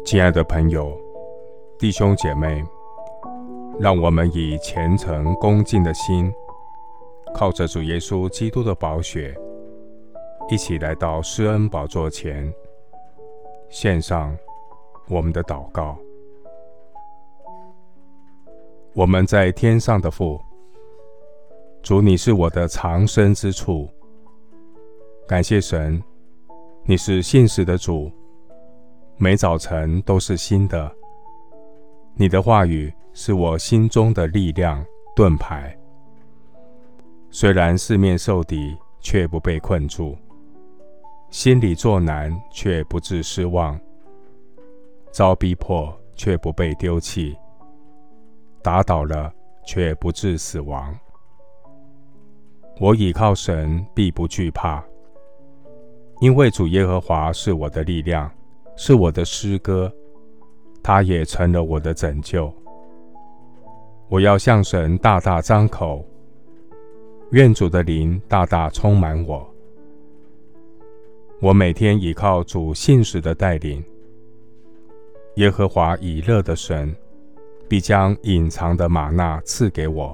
亲爱的朋友、弟兄姐妹，让我们以虔诚恭敬的心，靠着主耶稣基督的宝血，一起来到施恩宝座前，献上我们的祷告。我们在天上的父，主，你是我的藏身之处。感谢神，你是信实的主，每早晨都是新的。你的话语是我心中的力量盾牌。虽然四面受敌，却不被困住；心里作难，却不致失望；遭逼迫，却不被丢弃；打倒了，却不致死亡。我倚靠神，必不惧怕，因为主耶和华是我的力量，是我的诗歌，他也成了我的拯救。我要向神大大张口，愿主的灵大大充满我。我每天倚靠主信实的带领，耶和华以勒的神必将隐藏的玛纳赐给我。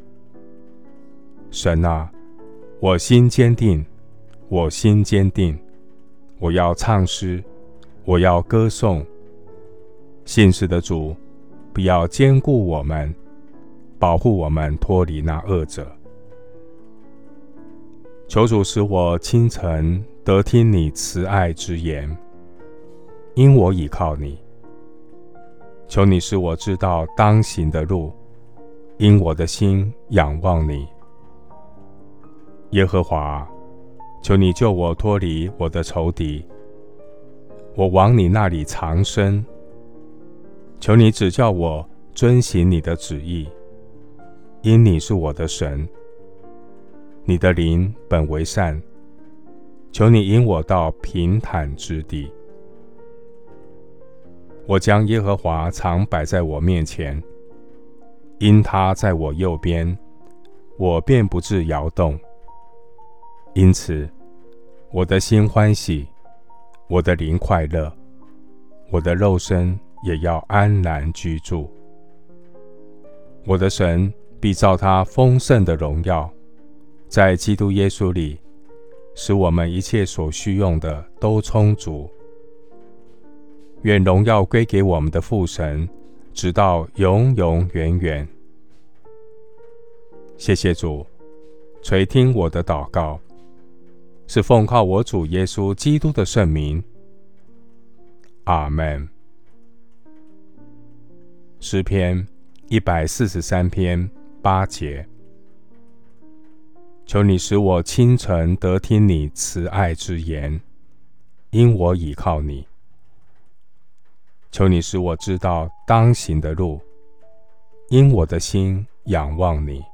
神啊，我心坚定，我心坚定，我要唱诗，我要歌颂。信实的主，必要坚固我们，保护我们脱离那恶者。求主使我清晨得听你慈爱之言，因我倚靠你。求你使我知道当行的路，因我的心仰望你。耶和华，求你救我脱离我的仇敌，我往你那里藏身。求你指教我遵行你的旨意，因你是我的神。你的灵本为善，求你引我到平坦之地。我将耶和华常摆在我面前，因他在我右边，我便不致摇动。因此，我的心欢喜，我的灵快乐，我的肉身也要安然居住。我的神必照他丰盛的荣耀，在基督耶稣里，使我们一切所需用的都充足。愿荣耀归给我们的父神，直到永永远远。谢谢主，垂听我的祷告，是奉靠我主耶稣基督的圣名。阿们。诗篇143篇8节。求你使我清晨得听你慈爱之言，因我倚靠你。求你使我知道当行的路，因我的心仰望你。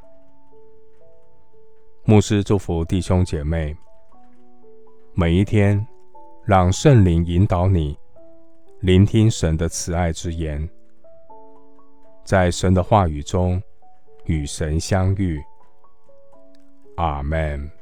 牧师祝福弟兄姐妹，每一天让圣灵引导你，聆听神的慈爱之言，在神的话语中与神相遇。阿们。